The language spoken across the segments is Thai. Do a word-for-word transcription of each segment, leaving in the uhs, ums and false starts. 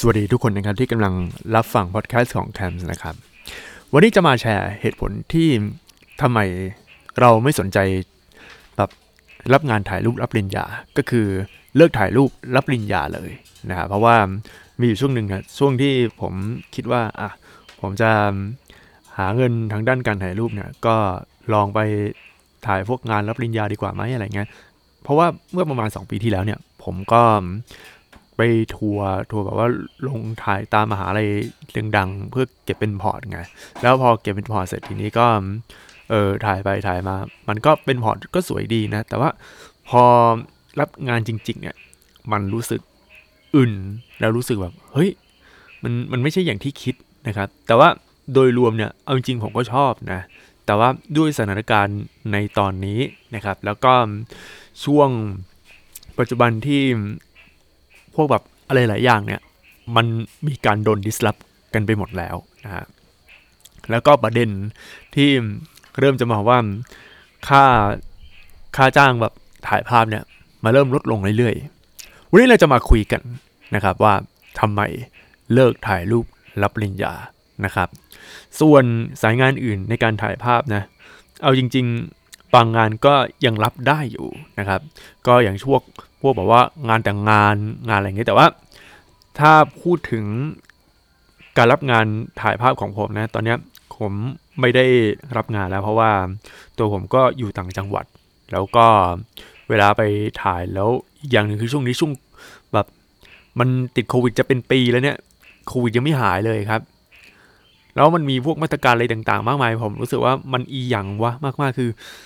สวัสดีทุกคนนะครับที่กำลังรับฟังพอดแคสต์ของ แคมส์ นะครับวันนี้จะมาแชร์เหตุผลที่ทำไมเราไม่สนใจแบบรับงานถ่ายรูปรับปริญญาก็คือเลิกถ่ายรูปรับปริญญาเลยนะครับเพราะว่ามีอยู่ช่วงหนึ่งนะช่วงที่ผมคิดว่าอ่ะผมจะหาเงินทางด้านการถ่ายรูปเนี่ยก็ลองไปถ่ายพวกงานรับปริญญาดีกว่าไหมอะไรเงี้ยเพราะว่าเมื่อประมาณสองปีที่แล้วเนี่ยผมก็ไปทัวร์ทัวร์แบบว่าลงถ่ายตามมหาลัยดังๆเพื่อเก็บเป็นพอร์ตไงแล้วพอเก็บเป็นพอร์ตเสร็จทีนี้ก็เออถ่ายไปถ่ายมามันก็เป็นพอร์ตก็สวยดีนะแต่ว่าพอรับงานจริงๆเนี่ยมันรู้สึกอื่นแล้วรู้สึกแบบเฮ้ยมันมันไม่ใช่อย่างที่คิดนะครับแต่ว่าโดยรวมเนี่ยเอาจริงๆผมก็ชอบนะแต่ว่าด้วยสถานการณ์ในตอนนี้นะครับแล้วก็ช่วงปัจจุบันที่พวกแบบอะไรหลายอย่างเนี่ยมันมีการโดน disrupt กันไปหมดแล้วนะฮะแล้วก็ประเด็นที่เริ่มจะมาว่าค่าค่าจ้างแบบถ่ายภาพเนี่ยมาเริ่มลดลงเรื่อยๆวันนี้เราจะมาคุยกันนะครับว่าทำไมเลิกถ่ายรูปรับปริญญานะครับส่วนสายงานอื่นในการถ่ายภาพนะเอาจริงๆบางงานก็ยังรับได้อยู่นะครับก็อย่างช่วงพวกแบบว่างานแต่งงานงานอะไรอย่างเงี้ยแต่ว่าถ้าพูดถึงการรับงานถ่ายภาพของผมนะตอนนี้ผมไม่ได้รับงานแล้วเพราะว่าตัวผมก็อยู่ต่างจังหวัดแล้วก็เวลาไปถ่ายแล้วอีกอย่างหนึ่งคือช่วงนี้ช่วงแบบมันติดโควิดจะเป็นปีแล้วเนี่ยโควิดยังไม่หายเลยครับแล้วมันมีพวกมาตรการอะไรต่างๆมากมายผมรู้สึกว่ามันอีหยังวะมากๆคือ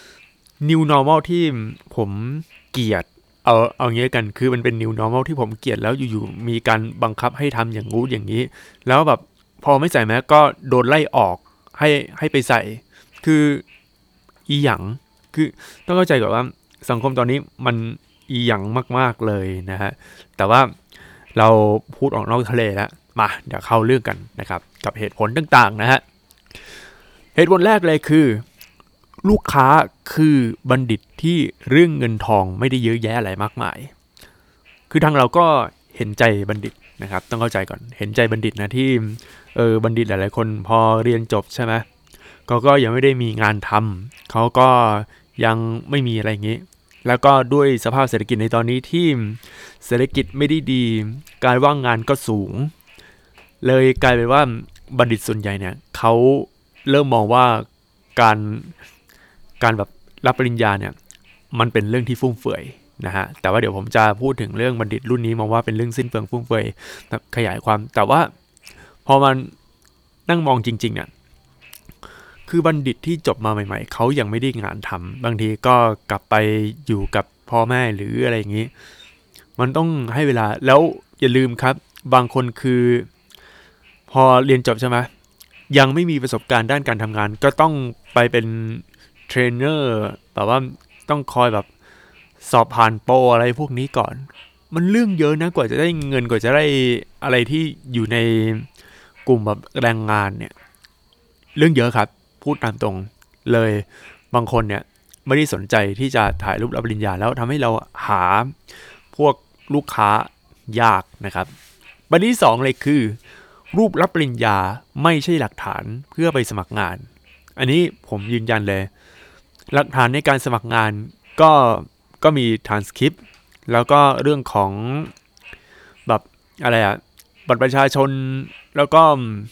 new normal ที่ผมเกลียดเอาเอางี้กันคือมันเป็น new normal ที่ผมเกลียดแล้วอยู่ๆมีการบังคับให้ทำอย่างงู้อย่างนี้แล้วแบบพอไม่ใส่แมสก็โดนไล่ออกให้ให้ไปใส่คืออีหยังคือต้องเข้าใจก่อนว่าสังคมตอนนี้มันอีหยังมากๆเลยนะฮะแต่ว่าเราพูดออกนอกทะเลแล้วมาเดี๋ยวเข้าเรื่องกันนะครับกับเหตุผลต่างๆนะฮะเหตุผลแรกเลยคือลูกค้าคือบัณฑิตที่เรื่องเงินทองไม่ได้เยอะแยะอะไรมากมายคือทางเราก็เห็นใจบัณฑิตนะครับต้องเข้าใจก่อนเห็นใจบัณฑิตนะที่เออบัณฑิตหลายๆคนพอเรียนจบใช่ไหมเขาก็ยังไม่ได้มีงานทำเขาก็ยังไม่มีอะไรอย่างนี้แล้วก็ด้วยสภาพเศรษฐกิจในตอนนี้ที่เศรษฐกิจไม่ได้ดีการว่างงานก็สูงเลยกลายเป็นว่าบัณฑิตส่วนใหญ่เนี่ยเขาเริ่มมองว่าการการแบบรับปริญญาเนี่ยมันเป็นเรื่องที่ฟุ่มเฟือยนะฮะแต่ว่าเดี๋ยวผมจะพูดถึงเรื่องบัณฑิตรุ่นนี้มองว่าเป็นเรื่องสิ้นเปลืองฟุ่มเฟือยขยายความแต่ว่าพอมันนั่งมองจริงๆเนี่ยคือบัณฑิตที่จบมาใหม่ๆเขายังไม่ได้งานทำบางทีก็กลับไปอยู่กับพ่อแม่หรืออะไรอย่างนี้มันต้องให้เวลาแล้วอย่าลืมครับบางคนคือพอเรียนจบใช่ไหมยังไม่มีประสบการณ์ด้านการทำงานก็ต้องไปเป็นเทรนเนอร์แบบว่าต้องคอยแบบสอบผ่านโปรอะไรพวกนี้ก่อนมันเรื่องเยอะนะกว่าจะได้เงินกว่าจะได้อะไรที่อยู่ในกลุ่มแบบแรงงานเนี่ยเรื่องเยอะครับพูดตามตรงเลยบางคนเนี่ยไม่ได้สนใจที่จะถ่ายรูปรับปริญญาแล้วทำให้เราหาพวกลูกค้ายากนะครับประเด็นที่สองเลยคือรูปรับปริญญาไม่ใช่หลักฐานเพื่อไปสมัครงานอันนี้ผมยืนยันเลยหลักฐานในการสมัครงานก็ก็มี transcript แล้วก็เรื่องของแบบอะไรอะบัตรประชาชนแล้วก็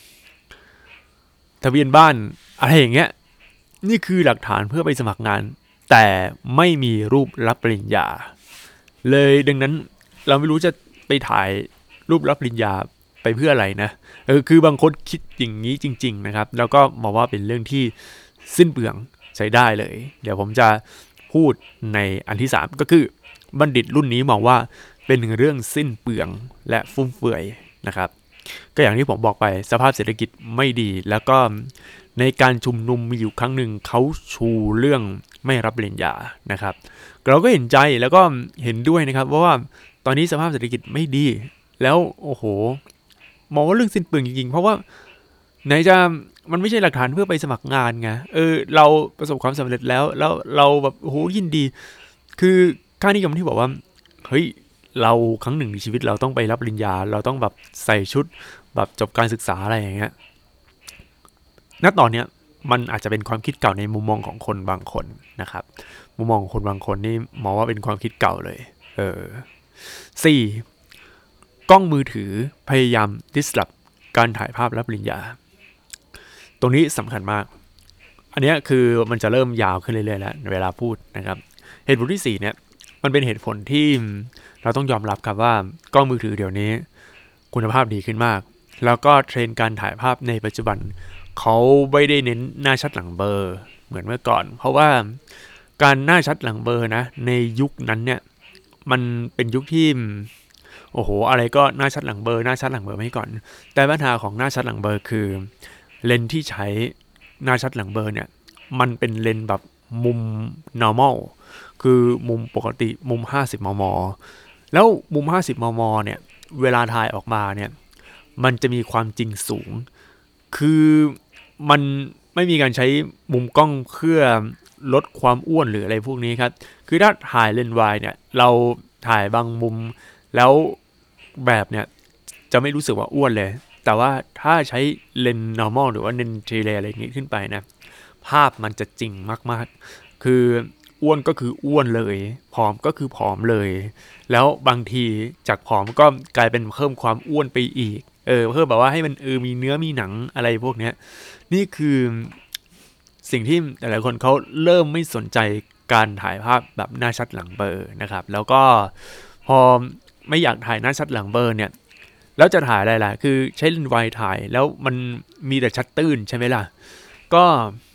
ทะเบียนบ้านอะไรอย่างเงี้ยนี่คือหลักฐานเพื่อไปสมัครงานแต่ไม่มีรูปรับปริญญาเลยดังนั้นเราไม่รู้จะไปถ่ายรูปรับปริญญาไปเพื่ออะไรนะเออคือบางคนคิดอย่างนี้จริงๆนะครับแล้วก็มองว่าเป็นเรื่องที่สิ้นเปลืองใช้ได้เลยเดี๋ยวผมจะพูดในอันที่สามก็คือบัณฑิตรุ่นนี้มองว่าเป็นเรื่องสิ้นเปลืองและฟุ่มเฟือยนะครับก็อย่างที่ผมบอกไปสภาพเศรษฐกิจไม่ดีแล้วก็ในการชุมนุมมีอยู่ครั้งหนึ่งเขาชูเรื่องไม่รับปริญญานะครับเราก็เห็นใจแล้วก็เห็นด้วยนะครับว่าตอนนี้สภาพเศรษฐกิจไม่ดีแล้วโอ้โหมองว่าเรื่องสิ้นเปลืองจริงๆเพราะว่าไหนจะมันไม่ใช่หลักฐานเพื่อไปสมัครงานไงเออเราประสบความสำเร็จแล้วแล้วเราแบบโอ้โหยินดีคือค่านิยมที่บอกว่าเฮ้ยเราครั้งหนึ่งในชีวิตเราต้องไปรับปริญญาเราต้องแบบใส่ชุดแบบจบการศึกษาอะไรอย่างเงี้ยณตอนเนี้ยมันอาจจะเป็นความคิดเก่าในมุมมองของคนบางคนนะครับมุมมองของคนบางคนนี่มองว่าเป็นความคิดเก่าเลยเออสี่กล้องมือถือพยายาม disrupt การถ่ายภาพรับปริญญาตรงนี้สำคัญมากอันนี้คือมันจะเริ่มยาวขึ้นเรื่อยๆแล้วเวลาพูดนะครับเหตุผลที่สี่เนี่ยมันเป็นเหตุผลที่เราต้องยอมรับครับว่ากล้องมือถือเดี๋ยวนี้คุณภาพดีขึ้นมากแล้วก็เทรนด์การถ่ายภาพในปัจจุบันเขาไม่ได้เน้นหน้าชัดหลังเบลอเหมือนเมื่อก่อนเพราะว่าการหน้าชัดหลังเบลอนะในยุคนั้นเนี่ยมันเป็นยุคที่โอ้โหอะไรก็หน้าชัดหลังเบลอหน้าชัดหลังเบลอไม่ก่อนแต่ปัญหาของหน้าชัดหลังเบลอคือเลนส์ที่ใช้หน้าชัดหลังเบลอเนี่ยมันเป็นเลนส์แบบมุม normal คือมุมปกติมุมห้าสิบมมแล้วมุมห้าสิบมมเนี่ยเวลาถ่ายออกมาเนี่ยมันจะมีความจริงสูงคือมันไม่มีการใช้มุมกล้องเพื่อลดความอ้วนหรืออะไรพวกนี้ครับคือถ้าถ่ายเลนส์วายเนี่ยเราถ่ายบางมุมแล้วแบบเนี่ยจะไม่รู้สึกว่าอ้วนเลยแต่ว่าถ้าใช้เลนส์ normal หรือว่าเลนส์เทเลอะไรอย่างนี้ขึ้นไปนะภาพมันจะจริงมากๆคืออ้วนก็คืออ้วนเลยผอมก็คือผอมเลยแล้วบางทีจากผอมก็กลายเป็นเพิ่มความอ้วนไปอีกเออเพิ่มแบบว่าให้มันเออมีเนื้อมีหนังอะไรพวกเนี้ยนี่คือสิ่งที่หลายๆคนเขาเริ่มไม่สนใจการถ่ายภาพแบบหน้าชัดหลังเบลอนะครับแล้วก็พอไม่อยากถ่ายหน้าชัดหลังเบลอเนี่ยแล้วจะถ่ายอะไรล่ะคือใช้เลนส์ไวด์ถ่ายแล้วมันมีแต่ชัดตื้นใช่ไหมล่ะก็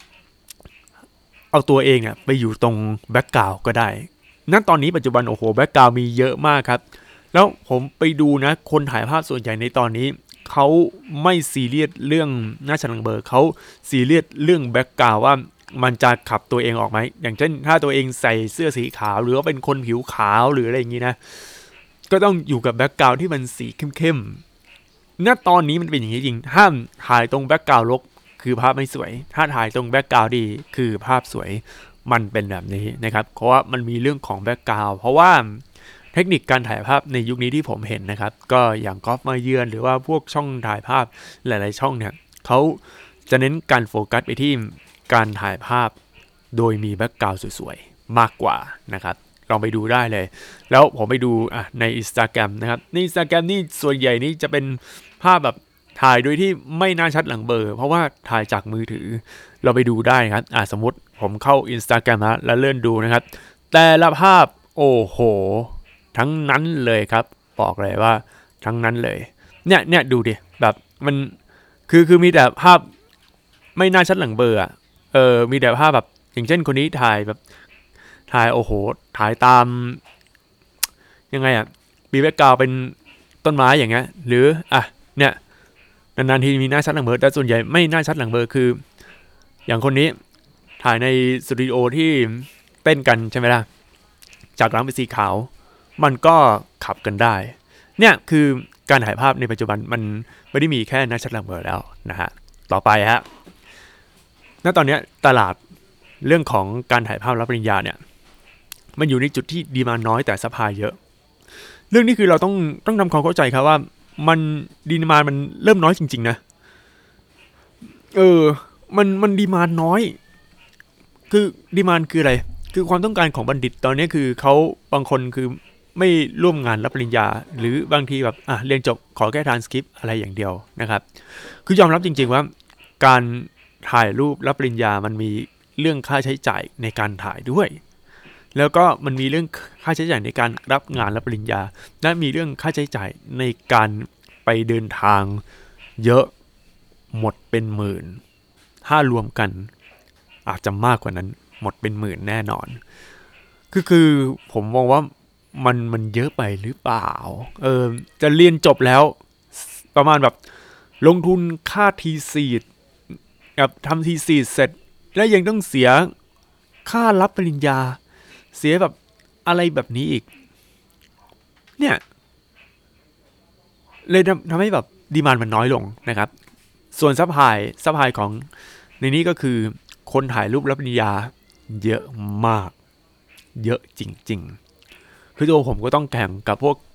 เอาตัวเองอะไปอยู่ตรงแบ็คกราวด์ก็ได้ณตอนนี้ปัจจุบันโอ้โหแบ็คกราวด์มีเยอะมากครับแล้วผมไปดูนะคนถ่ายภาพส่วนใหญ่ในตอนนี้เขาไม่ซีเรียสเรื่องหน้าชัดหลังเบลอเขาซีเรียสเรื่องแบ็คกราวด์ว่ามันจะขับตัวเองออกไหมอย่างเช่นถ้าตัวเองใส่เสื้อสีขาวหรือว่าเป็นคนผิวขาวหรืออะไรอย่างนี้นะก็ต้องอยู่กับแบ็คกราวด์ที่มันสีเข้มๆณตอนนี้มันเป็นอย่างนี้จริงห้ามถ่ายตรงแบ็คกราวด์รกคือภาพไม่สวยถ้าถ่ายตรงแบ็คกราวด์ดีคือภาพสวยมันเป็นแบบนี้นะครับเพราะว่ามันมีเรื่องของแบ็คกราวด์เพราะว่าเทคนิคการถ่ายภาพในยุคนี้ที่ผมเห็นนะครับก็อย่างกอล์ฟมาเยือนหรือว่าพวกช่องถ่ายภาพหลายๆช่องเนี่ยเขาจะเน้นการโฟกัสไปที่การถ่ายภาพโดยมีแบ็คกราวด์สวยๆมากกว่านะครับลองไปดูได้เลยแล้วผมไปดูอ่ะใน Instagram นะครับใน Instagram นี่ส่วนใหญ่นี่จะเป็นภาพแบบถ่ายโดยที่ไม่น่าชัดหลังเบลอเพราะว่าถ่ายจากมือถือเราไปดูได้ครับอ่ะสมมติผมเข้า Instagram นะแล้วเลื่อนดูนะครับแต่ละภาพโอ้โหทั้งนั้นเลยครับบอกเลยว่าทั้งนั้นเลยเนี่ยเนี่ยดูดิแบบมันคือคือมีแต่ภาพไม่น่าชัดหลังเบลออะเออมีแต่ภาพแบบอย่างเช่นคนนี้ถ่ายแบบถ่ายโอ้โหถ่ายตามยังไงอ่ะมีแบ็คกราวด์เป็นต้นไม้อย่างเงี้ยหรืออ่ะเนี่ยนานๆทีมีหน้าชัดหลังเบลอแต่ส่วนใหญ่ไม่หน้าชัดหลังเบลอคืออย่างคนนี้ถ่ายในสตูดิโอที่เต้นกันใช่ไหมล่ะจากหลังเป็นสีขาวมันก็ขับกันได้เนี่ยคือการถ่ายภาพในปัจจุบันมันไม่ได้มีแค่หน้าชัดหลังเบลอแล้วนะฮะต่อไปฮะณตอนนี้ตลาดเรื่องของการถ่ายภาพรับปริญญาเนี่ยมันอยู่ในจุดที่ดีมานด์น้อยแต่ซัพพลายเยอะเรื่องนี้คือเราต้องต้องทำความเข้าใจครับว่ามันดีมานด์มันเริ่มน้อยจริงๆนะเออมันมันดีมานด์น้อยคือดีมานด์คืออะไรคือความต้องการของบัณฑิตตอนนี้คือเขาบางคนคือไม่ร่วมงานรับปริญญาหรือบางทีแบบอ่ะเรียนจบขอแค่ทรานสคริปต์อะไรอย่างเดียวนะครับคือยอมรับจริงๆว่าการถ่ายรูปรับปริญญามันมีเรื่องค่าใช้จ่ายในการถ่ายด้วยแล้วก็มันมีเรื่องค่าใช้จ่ายในการรับงานรับปริญญาและมีเรื่องค่าใช้จ่ายในการไปเดินทางเยอะหมดเป็นหมื่นถ้ารวมกันอาจจะมากกว่านั้นหมดเป็นหมื่นแน่นอนคือคือผมมองว่ามันมันเยอะไปหรือเปล่าเออจะเรียนจบแล้วประมาณแบบลงทุนค่าทีซีดกับทำทีซีดเสร็จแล้วยังต้องเสียค่ารับปริญญาเสียแบบอะไรแบบนี้อีกเนี่ยเลยทำทำให้แบบดีมานด์มันน้อยลงนะครับส่วนซัพพลายซัพพลายของในนี้ก็คือคนถ่ายรูปรับปริญญาเยอะมากเยอะจริงๆคือตัวผมก็ต้องแข่งกับพวก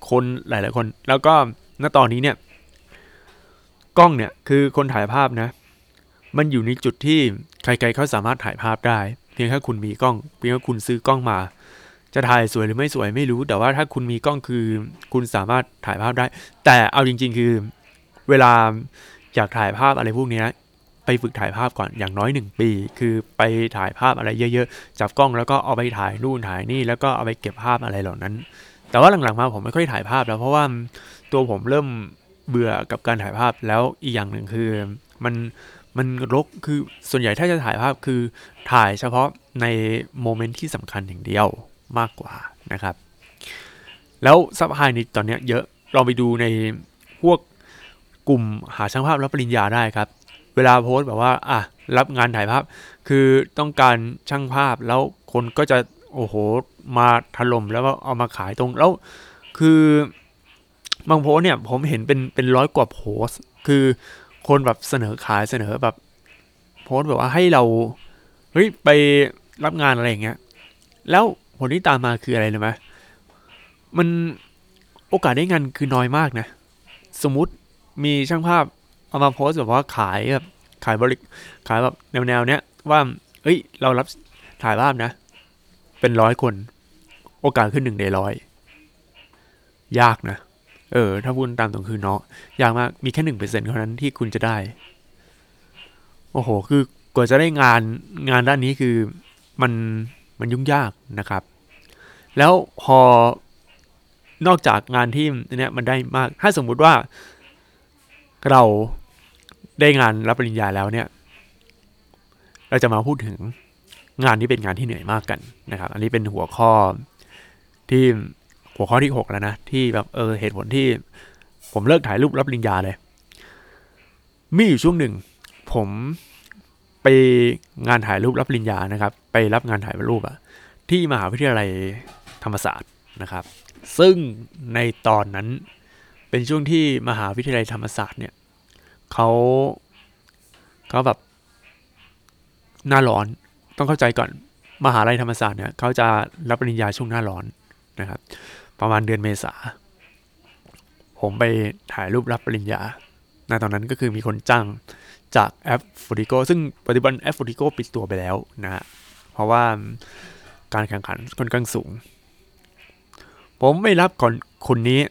คนหลายๆคนแล้วก็ณตอนนี้เนี่ยกล้องเนี่ยคือคนถ่ายภาพนะมันอยู่ในจุดที่ใครๆเขาสามารถถ่ายภาพได้เพียงแค่คุณมีกล้องเพียงแค่คุณซื้อกล้องมาจะถ่ายสวยหรือไม่สวยไม่รู้แต่ว่าถ้าคุณมีกล้องคือคุณสามารถถ่ายภาพได้แต่เอาจริงๆคือเวลาอยากถ่ายภาพอะไรพวกนี้ไปฝึกถ่ายภาพก่อนอย่างน้อยหนึ่งปีคือไปถ่ายภาพอะไรเยอะๆจับกล้องแล้วก็เอาไปถ่ายนู่นถ่ายนี่แล้วก็เอาไปเก็บภาพอะไรเหล่านั้นแต่ว่าหลังๆมาผมไม่ค่อยถ่ายภาพแล้วเพราะว่าตัวผมเริ่มเบื่อกับการถ่ายภาพแล้วอีกอย่างหนึ่งคือมันมันรกคือส่วนใหญ่ถ้าจะถ่ายภาพคือถ่ายเฉพาะในโมเมนต์ที่สำคัญอย่างเดียวมากกว่านะครับแล้วซับไฮในตอนนี้เยอะลองไปดูในพวกกลุ่มหาช่างภาพรับปริญญาได้ครับเวลาโพสต์แบบว่าอ่ะรับงานถ่ายภาพคือต้องการช่างภาพแล้วคนก็จะโอ้โหมาถล่มแล้วก็เอามาขายตรงแล้วคือบางโพสต์เนี่ยผมเห็นเป็นเป็นร้อยกว่าโพสต์คือคนแบบเสนอขายเสนอแบบโพสต์แบบว่าให้เราเฮ้ยไปรับงานอะไรอย่างเงี้ยแล้วผลที่ตามมาคืออะไรรู้ไหมมันโอกาสได้งานคือน้อยมากนะสมมุติมีช่างภาพเอามาโพสต์แบบว่าขายแบบขายบริขายแบบแนวๆเนี้ยว่าเอ้ยเรารับถ่ายภาพนะเป็นร้อยคนโอกาสขึ้นหนึ่งในร้อยยากนะเออถ้าพูดตามตรงคือเนาะยากมากมีแค่หนึ่งเปอร์เซ็นต์เท่านั้นที่คุณจะได้โอ้โหคือกว่าจะได้งานงานด้านนี้คือมันมันยุ่งยากนะครับแล้วพอนอกจากงานที่เนี้ยมันได้มากถ้าสมมุติว่าเราได้งานรับปริญญาแล้วเนี่ยเราจะมาพูดถึงงานที่เป็นงานที่เหนื่อยมากกันนะครับอันนี้เป็นหัวข้อที่หัวข้อที่หกแล้วนะที่แบบเออเหตุผลที่ผมเลิกถ่ายรูปรับปริญญาเลยมีอยู่ช่วงหนึ่งผมไปงานถ่ายรูปรับปริญญานะครับไปรับงานถ่ายรูปอะที่มหาวิทยาลัยธรรมศาสตร์นะครับซึ่งในตอนนั้นเป็นช่วงที่มหาวิทยาลัยธรรมศาสตร์เนี่ยเขาเขาแบบหน้าร้อนต้องเข้าใจก่อนมหาลัยธรรมศาสตร์เนี่ยเขาจะรับปริญญาช่วงหน้าร้อนนะครับประมาณเดือนเมษาผมไปถ่ายรูปรับปริญญาในตอนนั้นก็คือมีคนจ้างจากแอป Futico ซึ่งปัจจุบันแอป Futico ปิดตัวไปแล้วนะฮะเพราะว่าการแข่งขันค่อนข้างสูงผมไม่รับก่อนคนนี้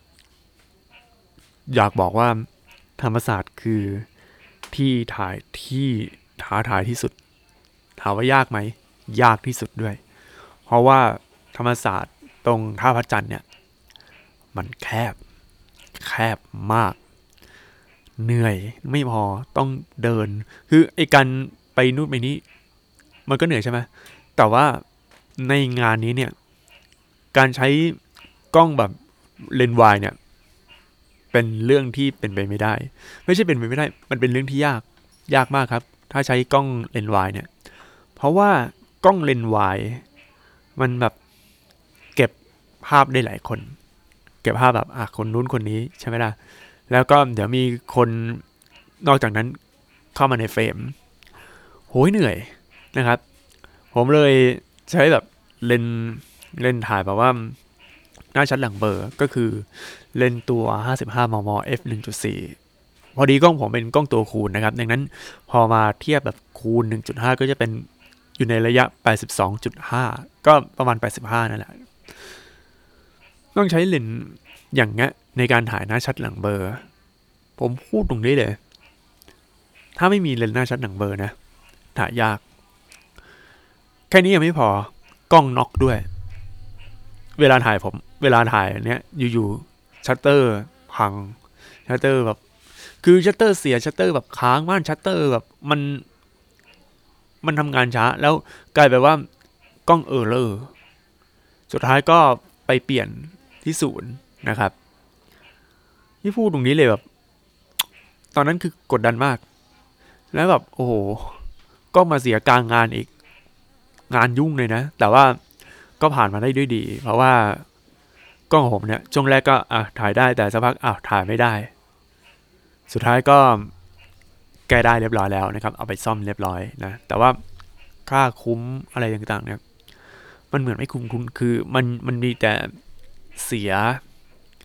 อยากบอกว่าธรรมศาสตร์คือที่ถ่ายที่ท้าทายที่สุดถามว่ายากไหมยากที่สุดด้วยเพราะว่าธรรมศาสตร์ตรงท่าพระจันทร์เนี่ยมันแคบแคบมากเหนื่อยไม่พอต้องเดินคือไอ้การไปนู่นไปนี้มันก็เหนื่อยใช่ไหมแต่ว่าในงานนี้เนี่ยการใช้กล้องแบบเลนส์วายเนี่ยเป็นเรื่องที่เป็นไปไม่ได้ไม่ใช่เป็นไปไม่ได้มันเป็นเรื่องที่ยากยากมากครับถ้าใช้กล้องเลนส์วายเนี่ยเพราะว่ากล้องเลนส์วายมันแบบเก็บภาพได้หลายคนเก็บภาพแบบอ่ะคนนู้นคนนี้ใช่ไหมล่ะแล้วก็เดี๋ยวมีคนนอกจากนั้นเข้ามาในเฟรมโหยเหนื่อยนะครับผมเลยใช้แบบเลนเลนถ่ายแบบว่าหน้าชัดหลังเบอร์ก็คือเลนตัวห้าสิบห้ามม เอฟ หนึ่งจุดสี่ พอดีกล้องผมเป็นกล้องตัวคูณนะครับดังนั้นพอมาเทียบแบบคูณ หนึ่งจุดห้า ก็จะเป็นอยู่ในระยะ แปดสิบสองจุดห้า ก็ประมาณแปดสิบห้านั่นแหละต้องใช้เลนส์อย่างเงี้ยในการถ่ายหน้าชัดหลังเบอร์ผมพูดตรงนี้เลยถ้าไม่มีเลนส์หน้าชัดหลังเบอร์นะถ่ายยากแค่นี้ยังไม่พอกล้องน็อกด้วยเวลาถ่ายผมเวลาถ่ายเนี้ยอยู่ๆชัตเตอร์พังชัตเตอร์แบบคือชัตเตอร์เสียชัตเตอร์แบบค้างว่านชัตเตอร์แบบมันมันทำงานช้าแล้วกลายไปว่ากล้องเออร์เลอร์สุดท้ายก็ไปเปลี่ยนที่ศูนย์นะครับที่พูดตรงนี้เลยแบบตอนนั้นคือกดดันมากแล้วแบบโอ้โหก็มาเสียกลางงานอีกงานยุ่งเลยนะแต่ว่าก็ผ่านมาได้ด้วยดีเพราะว่ากล้องของผมเนี่ยช่วงแรกก็อ่ะถ่ายได้แต่สักพักอ้าวถ่ายไม่ได้สุดท้ายก็แก้ได้เรียบร้อยแล้วนะครับเอาไปซ่อมเรียบร้อยนะแต่ว่าค่าคุ้มอะไรต่างๆเนี่ยมันเหมือนไม่คุ้มคุณคือมันมันมีแต่เสีย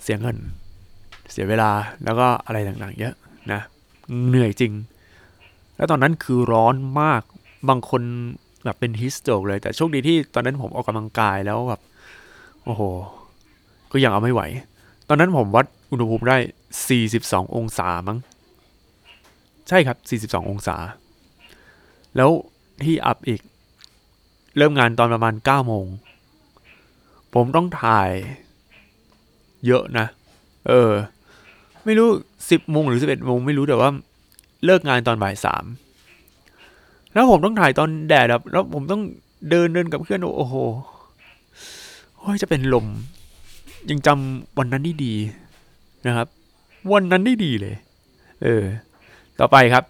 เสียเงินเสียเวลาแล้วก็อะไรต่างๆเยอะนะเหนื่อยจริงแล้วตอนนั้นคือร้อนมากบางคนแบบเป็นฮิสโตรกเลยแต่โชคดีที่ตอนนั้นผมออกกำลังกายแล้วแบบโอ้โหก็ยังเอาไม่ไหวตอนนั้นผมวัดอุณหภูมิได้สี่สิบสององศามั้งใช่ครับสี่สิบสององศาแล้วที่อัพอีกเริ่มงานตอนประมาณเก้าโมงผมต้องถ่ายเยอะนะเออไม่รู้สิบโมงหรือสิบเอ็ดโมงไม่รู้แต่ว่าเลิกงานตอนบ่ายสามแล้วผมต้องถ่ายตอนแดดแบบแล้วผมต้องเดินเดินกับเพื่อนโอ้โหโอ้ยจะเป็นลมยังจำวันนั้นได้ดีนะครับวันนั้นได้ดีเลยเออต่อไปครับ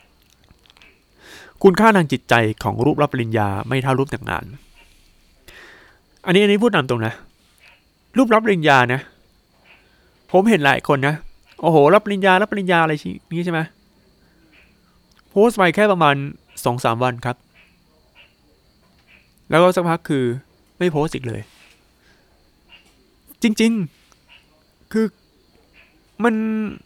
คุณค่าทางจิตใจของรูปรับปริญญาไม่เท่ารูปแต่งงานอันนี้อันนี้พูดตามตรงนะรูปรับปริญญานะผมเห็นหลายคนนะโอ้โหรับปริญญารับปริญญาอะไรนี้ใช่ไหมโพสต์ไปแค่ประมาณ สองถึงสาม วันครับแล้วก็สักพักคือไม่โพสต์อีกเลยจริงๆคือมัน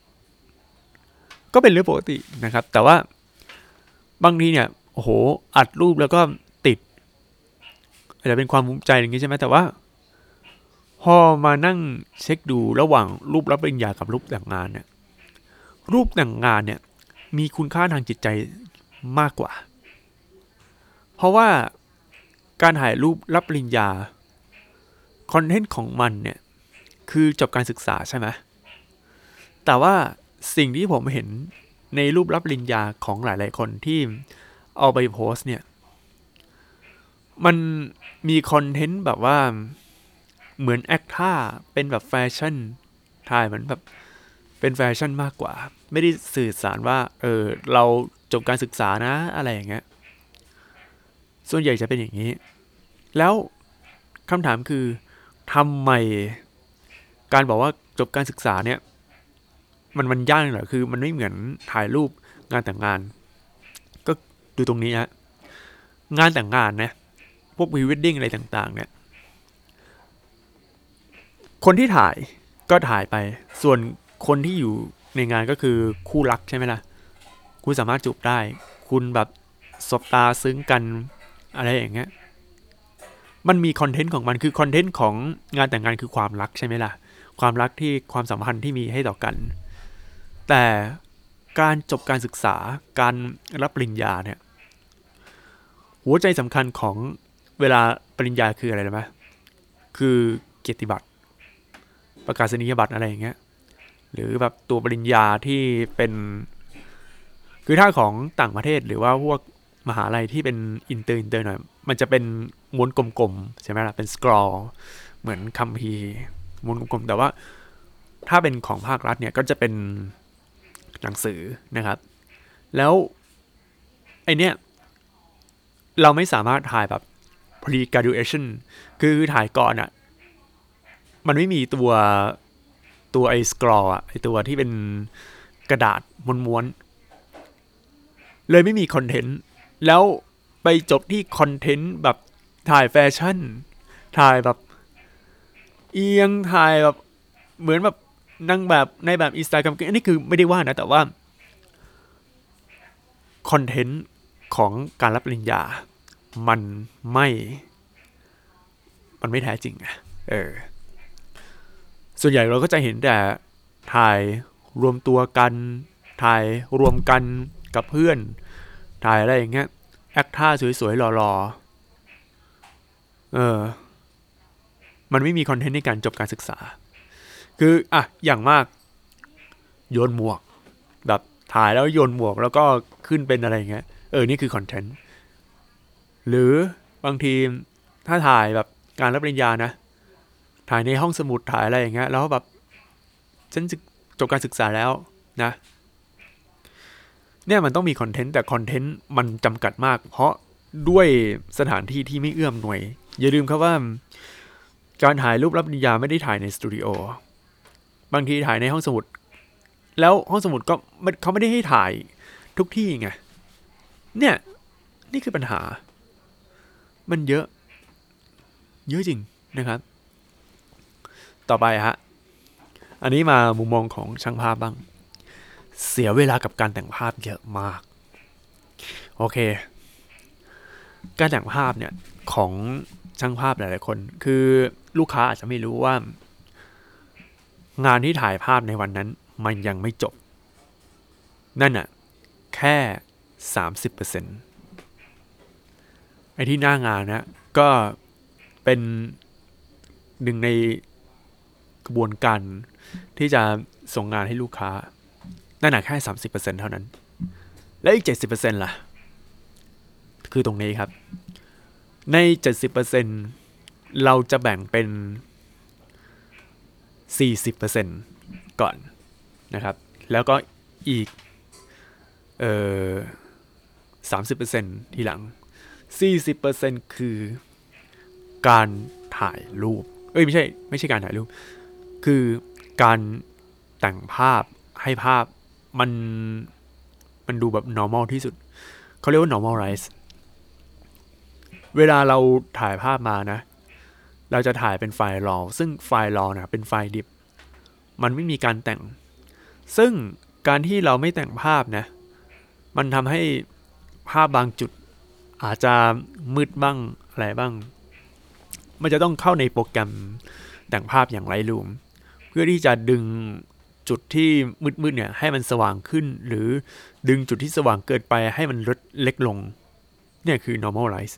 ก็เป็นเรื่องปกตินะครับแต่ว่าบางทีเนี่ยโอ้โหอัดรูปแล้วก็ติดอาจจะเป็นความภูมิใจอย่างนี้ใช่ไหมแต่ว่าพอมานั่งเช็คดูระหว่างรูปรับปริญญากับรูปแต่งงานเนี่ยรูปแต่งงานเนี่ยมีคุณค่าทางจิตใจมากกว่าเพราะว่าการถ่ายรูปรับปริญญาคอนเทนต์ของมันเนี่ยคือจบการศึกษาใช่ไหมแต่ว่าสิ่งที่ผมเห็นในรูปรับปริญญาของหลายๆคนที่เอาไปโพสเนี่ยมันมีคอนเทนต์แบบว่าเหมือนแอคท่าเป็นแบบแฟชั่นถ่ายเหมือนแบบเป็นแฟชั่นมากกว่าไม่ได้สื่อสารว่าเออเราจบการศึกษานะอะไรอย่างเงี้ยส่วนใหญ่จะเป็นอย่างนี้แล้วคำถามคือทำไมการบอกว่าจบการศึกษาเนี่ยมันมันยากเหรอคือมันไม่เหมือนถ่ายรูปงานแต่งงานก็ดูตรงนี้ฮะงานแต่งงานนะพวกพรีเวดดิ้งอะไรต่างๆเนี่ยคนที่ถ่ายก็ถ่ายไปส่วนคนที่อยู่ในงานก็คือคู่รักใช่ไหมล่ะคุณสามารถจูบได้คุณแบบสบตาซึ้งกันอะไรอย่างเงี้ยมันมีคอนเทนต์ของมันคือคอนเทนต์ของงานแต่งงานคือความรักใช่ไหมล่ะความรักที่ความสัมพันธ์ที่มีให้ต่อกันแต่การจบการศึกษาการรับปริญญาเนี่ยหัวใจสำคัญของเวลาปริญญาคืออะไรรู้ไหมคือเกียรติบัตรประกาศนียบัตรอะไรอย่างเงี้ยหรือแบบตัวปริญญาที่เป็นคือถ้าของต่างประเทศหรือว่าพวกมหาลัยที่เป็นอินเตอร์อินเตอร์หน่อยมันจะเป็นม้วนกลมๆใช่ไหมล่ะเป็นสครอลเหมือนคัมภีร์ม้วนกลมๆแต่ว่าถ้าเป็นของภาครัฐเนี่ยก็จะเป็นหนังสือนะครับแล้วไอเนี้ยเราไม่สามารถถ่ายแบบ pre graduation คือถ่ายก่อนอะมันไม่มีตัวตัวไอ้สครอลอะไอตัวที่เป็นกระดาษม้วนๆเลยไม่มีคอนเทนต์แล้วไปจบที่คอนเทนต์แบบถ่ายแฟชั่นถ่ายแบบเอียงถ่ายแบบเหมือนแบบนั่งแบบในแบบอินสตาแกรมอันนี้คือไม่ได้ว่านะแต่ว่าคอนเทนต์ของการรับปริญญามันไม่มันไม่แท้จริงอะเออส่วนใหญ่เราก็จะเห็นแต่ถ่ายรวมตัวกันถ่ายรวมกันกับเพื่อนถ่ายอะไรอย่างเงี้ยแอคท่าสวยๆหล่อๆเออมันไม่มีคอนเทนต์ในการจบการศึกษาคืออ่ะอย่างมากโยนหมวกแบบถ่ายแล้วโยนหมวกแล้วก็ขึ้นเป็นอะไรอย่างเงี้ยเออนี่คือคอนเทนต์หรือบางทีถ้าถ่ายแบบการรับปริญญานะถ่ายในห้องสมุดถ่ายอะไรอย่างเงี้ยแล้วแบบฉันจบการศึกษาแล้วนะเนี่ยมันต้องมีคอนเทนต์แต่คอนเทนต์มันจำกัดมากเพราะด้วยสถานที่ที่ไม่เอื้อมหน่วยอย่าลืมครับว่าการถ่ายรูปรับปริญญาไม่ได้ถ่ายในสตูดิโอบางทีถ่ายในห้องสมุดแล้วห้องสมุดก็เขาไม่ได้ให้ถ่ายทุกที่ไงเนี่ยนี่คือปัญหามันเยอะเยอะจริงนะครับต่อไปฮะอันนี้มามุมมองของช่างภาพบ้างเสียเวลากับการแต่งภาพเยอะมากโอเคการแต่งภาพเนี่ยของช่างภาพหลายๆคนคือลูกค้าอาจจะไม่รู้ว่างานที่ถ่ายภาพในวันนั้นมันยังไม่จบนั่นน่ะแค่ สามสิบเปอร์เซ็นต์ ไอ้ที่หน้างานนะก็เป็นหนึ่งในกระบวนการที่จะส่งงานให้ลูกค้านั่นน่ะแค่ สามสิบเปอร์เซ็นต์ เท่านั้นและอีก เจ็ดสิบเปอร์เซ็นต์ ล่ะคือตรงนี้ครับใน เจ็ดสิบเปอร์เซ็นต์ เราจะแบ่งเป็น สี่สิบเปอร์เซ็นต์ ก่อนนะครับแล้วก็อีกเอ่อ สามสิบเปอร์เซ็นต์ ทีหลัง สี่สิบเปอร์เซ็นต์ คือการถ่ายรูปเอ้ยไม่ใช่ไม่ใช่การถ่ายรูปคือการแต่งภาพให้ภาพมันมันดูแบบ normal ที่สุดเขาเรียกว่า normalize เวลาเราถ่ายภาพมานะเราจะถ่ายเป็นไฟล์ raw ซึ่งไฟล์ raw นะเป็นไฟล์ดิบมันไม่มีการแต่งซึ่งการที่เราไม่แต่งภาพนะมันทำให้ภาพบางจุดอาจจะมืดบ้างอะไรบ้างมันจะต้องเข้าในโปรแกรมแต่งภาพอย่าง Lightroom เพื่อที่จะดึงจุดที่มืดๆเนี่ยให้มันสว่างขึ้นหรือดึงจุดที่สว่างเกินไปให้มันลดเล็กลงเนี่ยคือ normalize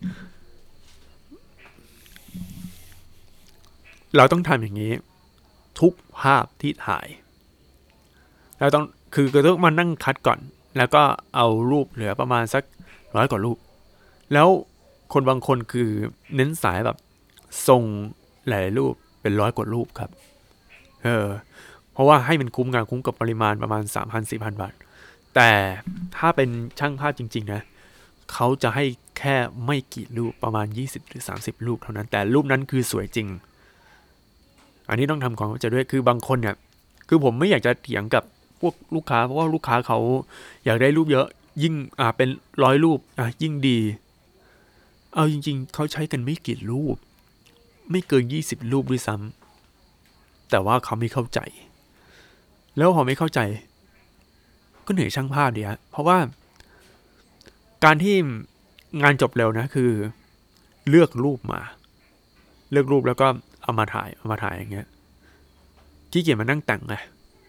เราต้องทำอย่างนี้ทุกภาพที่ถ่ายเราต้องคือก็ต้องมานั่งคัดก่อนแล้วก็เอารูปเหลือประมาณสักร้อยกว่ารูปแล้วคนบางคนคือเน้นสายแบบทรงหลายรูปเป็นร้อยกว่ารูปครับเออเพราะว่าให้มันคุ้มงานคุ้มกับปริมาณประมาณ สามพัน สี่พัน บาทแต่ถ้าเป็นช่างภาพจริงๆนะเขาจะให้แค่ไม่กี่รูปประมาณยี่สิบหรือสามสิบรูปเท่านั้นแต่รูปนั้นคือสวยจริงอันนี้ต้องทำความเข้าใจด้วยคือบางคนเนี่ยคือผมไม่อยากจะเถียงกับพวกลูกค้าเพราะว่าลูกค้าเขาอยากได้รูปเยอะยิ่งอ่าเป็นร้อยรูปอ่ะยิ่งดีเอาจริงๆเขาใช้กันไม่กี่รูปไม่เกินยี่สิบรูปด้วยซ้ำแต่ว่าเขาไม่เข้าใจแล้วพอไม่เข้าใจก็เหนื่อยช่างภาพดีฮะเพราะว่าการที่งานจบเร็วนะคือเลือกรูปมาเลือกรูปแล้วก็เอามาถ่ายเอามาถ่ายอย่างเงี้ยขี้เกียจมานั่งแต่งไง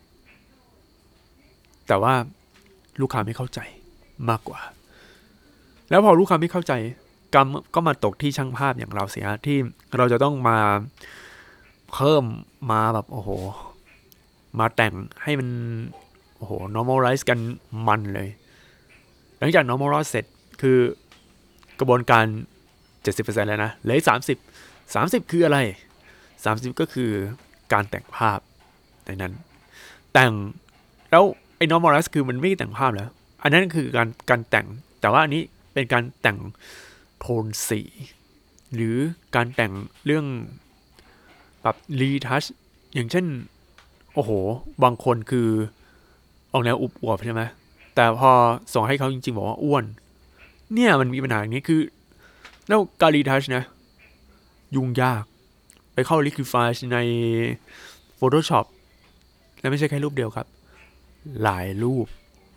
แต่ว่าลูกค้าไม่เข้าใจมากกว่าแล้วพอลูกค้าไม่เข้าใจกรรมก็มาตกที่ช่างภาพอย่างเราเสียที่เราจะต้องมาเพิ่มมาแบบโอ้โหมาแต่งให้มันโอ้โห normalize กันมันเลยหลังจาก normalize เสร็จคือกระบวนการ เจ็ดสิบเปอร์เซ็นต์ แล้วนะเหลือสามสิบ สามสิบคืออะไรสามสิบก็คือการแต่งภาพในนั้นแต่งแล้วไอ้ normalize คือมันไม่ได้แต่งภาพแล้วอันนั้นคือการการแต่งแต่ว่าอันนี้เป็นการแต่งโทนสีหรือการแต่งเรื่องแบบรีทัชอย่างเช่นโอ้โหบางคนคือออกแนวอุบอวบใช่ไหมแต่พอส่งให้เขาจริงๆบอกว่าอ้วนเนี่ยมันมีปัญหาอย่างนี้คือแล้วการรีทัชนะยุ่งยากไปเข้า Liquify ใน Photoshop และไม่ใช่แค่รูปเดียวครับหลายรูป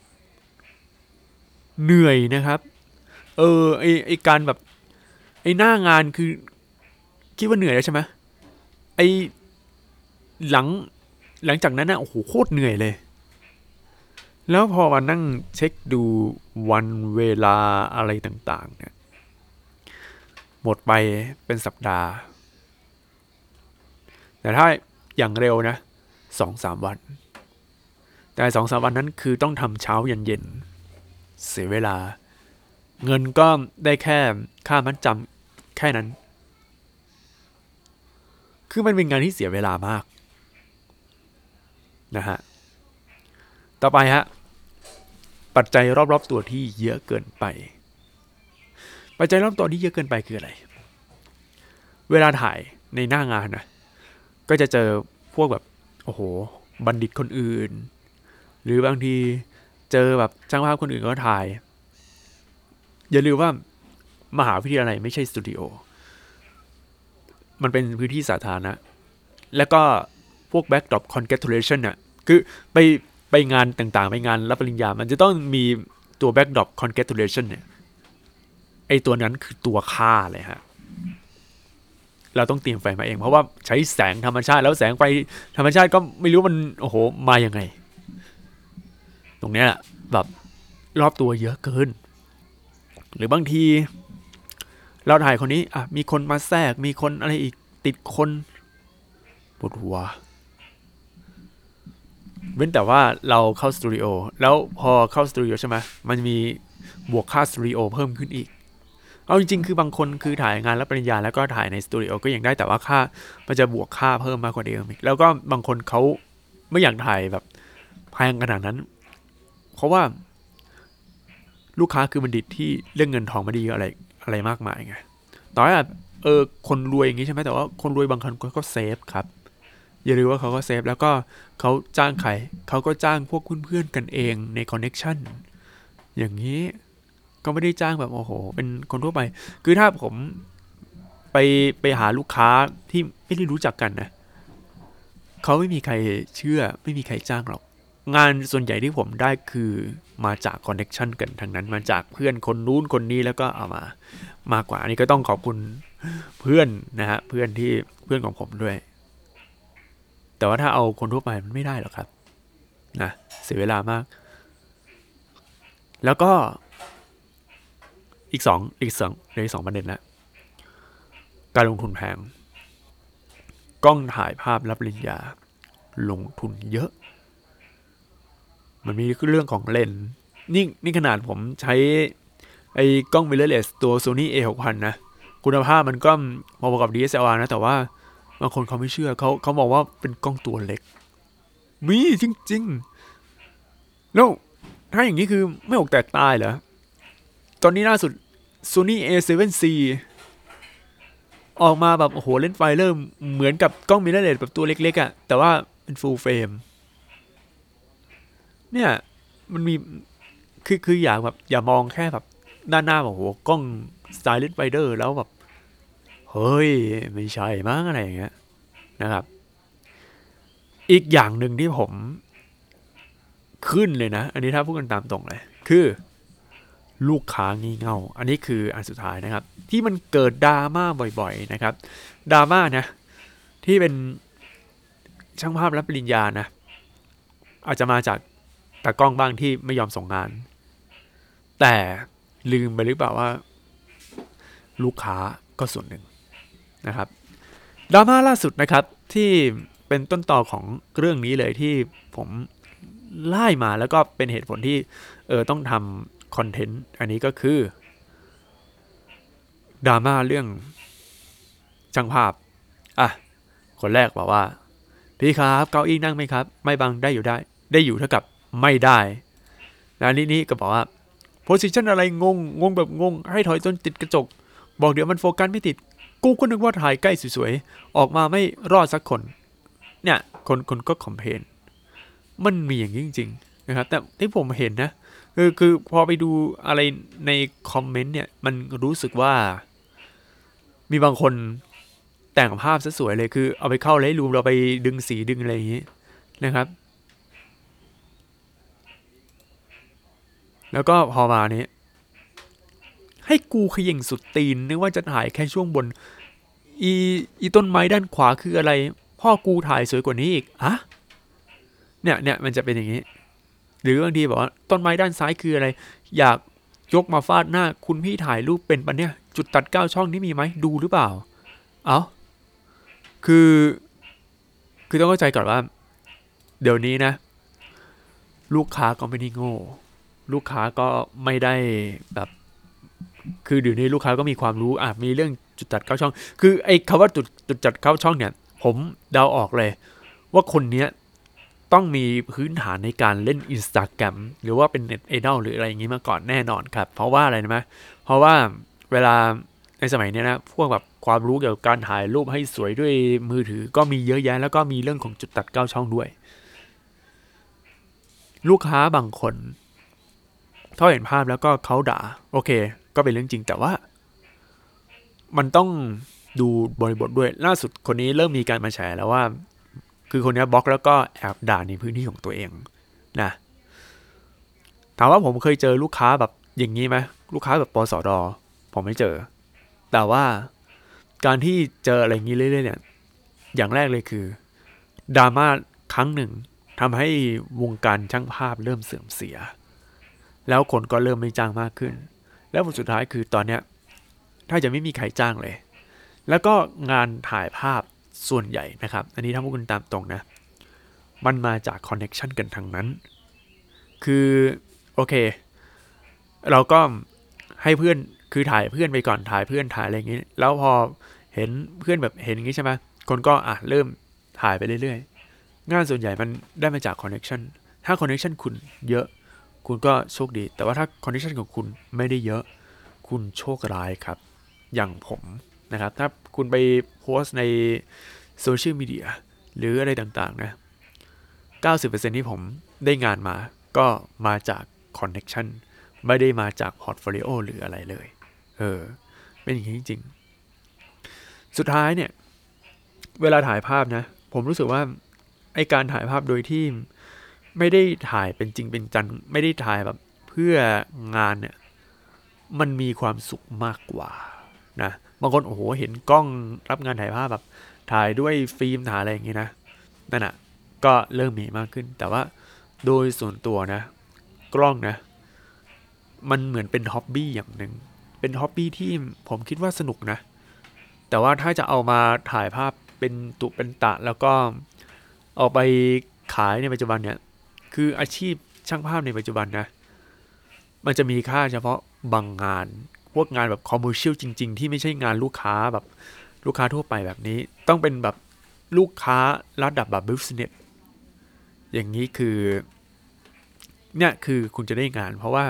เหนื่อยนะครับเออไอไอการแบบไอหน้างานคือคิดว่าเหนื่อยแล้วใช่ไหมไอหลังหลังจากนั้นนะโอ้โหโคตรเหนื่อยเลยแล้วพอมานั่งเช็คดูวันเวลาอะไรต่างๆเนี่ยหมดไปเป็นสัปดาห์แต่ถ้าอย่างเร็วนะสองสามวันแต่สองสามวันนั้นคือต้องทำเช้าเย็นเย็นเสียเวลาเงินก็ได้แค่ค่ามัดจำแค่นั้นคือมันเป็นงานที่เสียเวลามากนะฮะต่อไปฮะปัจจัยรอบๆตัวที่เยอะเกินไปปัจจัยรอบตัวที่เยอะเกินไปคืออะไรเวลาถ่ายในหน้างานนะก็จะเจอพวกแบบโอ้โหบัณฑิตคนอื่นหรือบางทีเจอแบบช่างภาพคนอื่นก็ถ่ายอย่าลืมว่ามหาวิทยาลัยไม่ใช่สตูดิโอมันเป็นพื้นที่สาธารณะและก็พวก backdrop congratulation น่ะคือไปไปงานต่างๆไปงานรับปริญญามันจะต้องมีตัว backdrop congratulation เนี่ยไอตัวนั้นคือตัวฆ่าเลยฮะเราต้องเตรียมไฟมาเองเพราะว่าใช้แสงธรรมชาติแล้วแสงไฟธรรมชาติก็ไม่รู้มันโอ้โหมายังไงตรงเนี้ยแบบรอบตัวเยอะเกินหรือบางทีเราถ่ายคนนี้อ่ะมีคนมาแทรกมีคนอะไรอีกติดคนปวดหัวเว้นแต่ว่าเราเข้าสตูดิโอแล้วพอเข้าสตูดิโอใช่ไหมมันมีบวกค่าสตูดิโอเพิ่มขึ้นอีกเอาจริงๆคือบางคนคือถ่ายงานรับปริญญาแล้วก็ถ่ายในสตูดิโอก็ยังได้แต่ว่าค่ามันจะบวกค่าเพิ่มมากกว่าเดิมอีกแล้วก็บางคนเขาไม่อยากถ่ายแบบแพงขนาดนั้นเพราะว่าลูกค้าคือบัณฑิตที่เรื่องเงินทองไม่ดีอะไรอะไรมากมายไงต่อให้เออคนรวยอย่างนี้ใช่ไหมแต่ว่าคนรวยบางคนก็เซฟครับอย่าลืมว่าเขาก็เซฟแล้วก็เขาจ้างใครเขาก็จ้างพวกเพื่อนๆกันเองในคอนเน็กชันอย่างนี้ก็ไม่ได้จ้างแบบโอ้โหเป็นคนทั่วไปคือถ้าผมไปไปหาลูกค้าที่ไม่ได้รู้จักกันนะเขาไม่มีใครเชื่อไม่มีใครจ้างหรอกงานส่วนใหญ่ที่ผมได้คือมาจากคอนเน็กชันกันทั้งนั้นมาจากเพื่อนคนนู้นคนนี้แล้วก็เอามามากกว่าอันนี้ก็ต้องขอบคุณเพื่อนนะฮะเพื่อนที่เพื่อนของผมด้วยแต่ว่าถ้าเอาคนทั่วไปมันไม่ได้หรอกครับนะเสียเวลามากแล้วก็อีกสองอีกสองในสองประเด็นละการลงทุนแพงกล้องถ่ายภาพรับปริญญาลงทุนเยอะมันมีเรื่องของเลนส์นี่นี่ขนาดผมใช้ไอ้กล้อง mirrorless ตัว Sony เอ หกพัน นะคุณภาพมันก็พอๆกับ ดี เอส แอล อาร์ นะแต่ว่าบางคนเขาไม่เชื่อเขาเขาบอกว่าเป็นกล้องตัวเล็กมีจริงๆแล้วถ้าอย่างนี้คือไม่ออกแตกตายเหรอตอนนี้ล่าสุด Sony เอ เซเว่น ซี ออกมาแบบโอ้โหเล่นไฟเริ่มเหมือนกับกล้อง mirrorless แบบตัวเล็กๆอ่ะแต่ว่าเป็น full frame เนี่ยมันมีคือคืออยากแบบอย่ามองแค่แบบด้านหน้าแบบโหกล้อง Silent Rider แล้วแบบเฮ้ยไม่ใช่มั้งอะไรอย่างเงี้ยนะครับอีกอย่างหนึ่งที่ผมขึ้นเลยนะอันนี้ถ้าพูดกันตามตรงเลยคือลูกค้างี่เง่าอันนี้คืออันสุดท้ายนะครับที่มันเกิดดราม่าบ่อยๆนะครับดราม่านะที่เป็นช่างภาพรับปริญญานะอาจจะมาจากตากล้องบ้างที่ไม่ยอมส่งงานแต่ลืมไปหรือเปล่าว่าลูกค้าก็ส่วนหนึ่งนะครับดราม่าล่าสุดนะครับที่เป็นต้นตอของเรื่องนี้เลยที่ผมไล่มาแล้วก็เป็นเหตุผลที่เออต้องทำคอนเทนต์อันนี้ก็คือดราม่าเรื่องช่างภาพอ่ะคนแรกบอกว่าพี่ครับเก้าอี้นั่งไหมครับไม่บังได้อยู่ได้ได้อยู่เท่ากับไม่ได้แล้วนี่นี่ก็บอกว่าโพสิชันอะไรงงงงแบบงงให้ถอยจนติดกระจกบอกเดี๋ยวมันโฟกัสไม่ติดกูก็นึกว่าถ่ายใกล้สวยๆออกมาไม่รอดสักคนเนี่ยคนคนก็คอมเพลนมันมีอย่างนี้จริงๆนะครับแต่ที่ผมเห็นนะคือคือพอไปดูอะไรในคอมเมนต์เนี่ยมันรู้สึกว่ามีบางคนแต่งภาพซะสวยเลยคือเอาไปเข้าไลท์รูมเราไปดึงสีดึงอะไรอย่างนี้นะครับแล้วก็พอมานี้ให้กูขย่งสุดตีนนึกว่าจะถ่ายแค่ช่วงบนอีอีต้นไม้ด้านขวาคืออะไรพ่อกูถ่ายสวยกว่านี้อีกอะเนี่ยเนี่ยมันจะเป็นอย่างนี้หรือบางทีบอกว่าต้นไม้ด้านซ้ายคืออะไรอยากยกมาฟาดหน้าคุณพี่ถ่ายรูปเป็นปะเนี่ยจุดตัดเก้าช่องนี้มีไหมดูหรือเปล่าเอ้าคือคือต้องเข้าใจก่อนว่าเดี๋ยวนี้นะลูกค้าก็ไม่ได้โง่ลูกค้าก็ไม่ได้แบบคือเดี๋ยวนี้ลูกค้าก็มีความรู้อ่ะมีเรื่องจุดตัดเข้าช่องคือไอ้คำว่าจุดจุดตัดเข้าช่องเนี่ยผมเดาออกเลยว่าคนเนี้ยต้องมีพื้นฐานในการเล่น Instagram หรือว่าเป็นเน็ตไอดอลหรืออะไรอย่างนี้มาก่อนแน่นอนครับเพราะว่าอะไรนะเพราะว่าเวลาในสมัยนี้นะพวกแบบความรู้เกี่ยวกับการถ่ายรูปให้สวยด้วยมือถือก็มีเยอะแยะแล้วก็มีเรื่องของจุดตัดเก้าช่องด้วยลูกค้าบางคนเขาเห็นภาพแล้วก็เขาด่าโอเคก็เป็นเรื่องจริงแต่ว่ามันต้องดูบริบทด้วยล่าสุดคนนี้เริ่มมีการมาแชร์แล้วว่าคือคนนี้บล็อกแล้วก็แอบด่าในพื้นที่ของตัวเองนะถามว่าผมเคยเจอลูกค้าแบบอย่างนี้ไหมลูกค้าแบบปสดผมไม่เจอแต่ว่าการที่เจออะไรอย่างนี้เรื่อยๆเนี่ยอย่างแรกเลยคือดราม่าครั้งหนึ่งทำให้วงการช่างภาพเริ่มเสื่อมเสียแล้วคนก็เริ่มไม่จ้างมากขึ้นแล้วผลสุดท้ายคือตอนเนี้ยถ้าจะไม่มีใครจ้างเลยแล้วก็งานถ่ายภาพส่วนใหญ่นะครับอันนี้ถ้าพูดกันตามตรงนะมันมาจากคอนเน็กชันกันทางนั้นคือโอเคเราก็ให้เพื่อนคือถ่ายเพื่อนไปก่อนถ่ายเพื่อนถ่ายอะไรอย่างนี้แล้วพอเห็นเพื่อนแบบเห็นอย่างนี้ใช่ไหมคนก็อ่ะเริ่มถ่ายไปเรื่อยๆงานส่วนใหญ่มันได้มาจากคอนเน็กชันถ้าคอนเน็กชันคุณเยอะคุณก็โชคดีแต่ว่าถ้าคอนเน็กชันของคุณไม่ได้เยอะคุณโชคร้ายครับอย่างผมนะครับถ้าคุณไปโพสในโซเชียลมีเดียหรืออะไรต่างๆนะ เก้าสิบเปอร์เซ็นต์ ที่ผมได้งานมาก็มาจากคอนเน็กชันไม่ได้มาจากพอร์ตโฟลิโอหรืออะไรเลยเออเป็นอย่างนี้จริงๆสุดท้ายเนี่ยเวลาถ่ายภาพนะผมรู้สึกว่าไอการถ่ายภาพโดยที่ไม่ได้ถ่ายเป็นจริงเป็นจังไม่ได้ถ่ายแบบเพื่องานเนี่ยมันมีความสุขมากกว่านะบางคนโอ้โหเห็นกล้องรับงานถ่ายภาพแบบถ่ายด้วยฟิล์มถ่ายอะไรอย่างงี้นะนั่นน่ะก็เริ่มมีมากขึ้นแต่ว่าโดยส่วนตัวนะกล้องนะมันเหมือนเป็นฮ็อบบี้อย่างหนึ่งเป็นฮ็อบบี้ที่ผมคิดว่าสนุกนะแต่ว่าถ้าจะเอามาถ่ายภาพเป็นตุเป็นตะแล้วก็เอาไปขายในปัจจุบันเนี่ยคืออาชีพช่างภาพในปัจจุบันนะมันจะมีค่าเฉพาะบางงานพวกงานแบบคอมเมอร์เชียลจริงๆที่ไม่ใช่งานลูกค้าแบบลูกค้าทั่วไปแบบนี้ต้องเป็นแบบลูกค้าระดับแบบบิสเนสอย่างนี้คือเนี่ยคือคุณจะได้งานเพราะว่า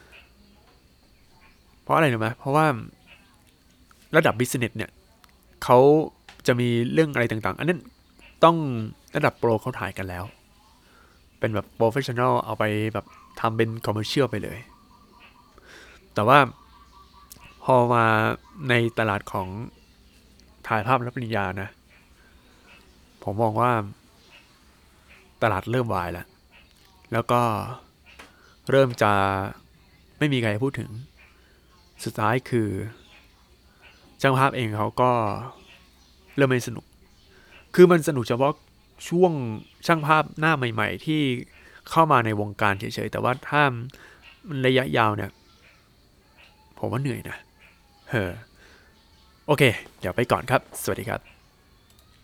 เพราะอะไรรู้ไหมเพราะว่าระดับบิสเนสเนี่ยเขาจะมีเรื่องอะไรต่างๆอันนั้นต้องระดับโปรเขาถ่ายกันแล้วเป็นแบบโปรเฟชชั่นอลเอาไปแบบทำเป็นคอมเมอร์เชียลไปเลยแต่ว่าพอมาในตลาดของถ่ายภาพรับปริญญานะผมมองว่าตลาดเริ่มวายแล้วแล้วก็เริ่มจะไม่มีใครพูดถึงสุดท้ายคือช่างภาพเองเขาก็เริ่มไม่สนุกคือมันสนุกเฉพาะช่วงช่างภาพหน้าใหม่ๆที่เข้ามาในวงการเฉยๆแต่ว่าถ้ามันระยะยาวเนี่ยผมว่าเหนื่อยนะเฮ้อโอเคเดี๋ยวไปก่อนครับสวัสดีครับ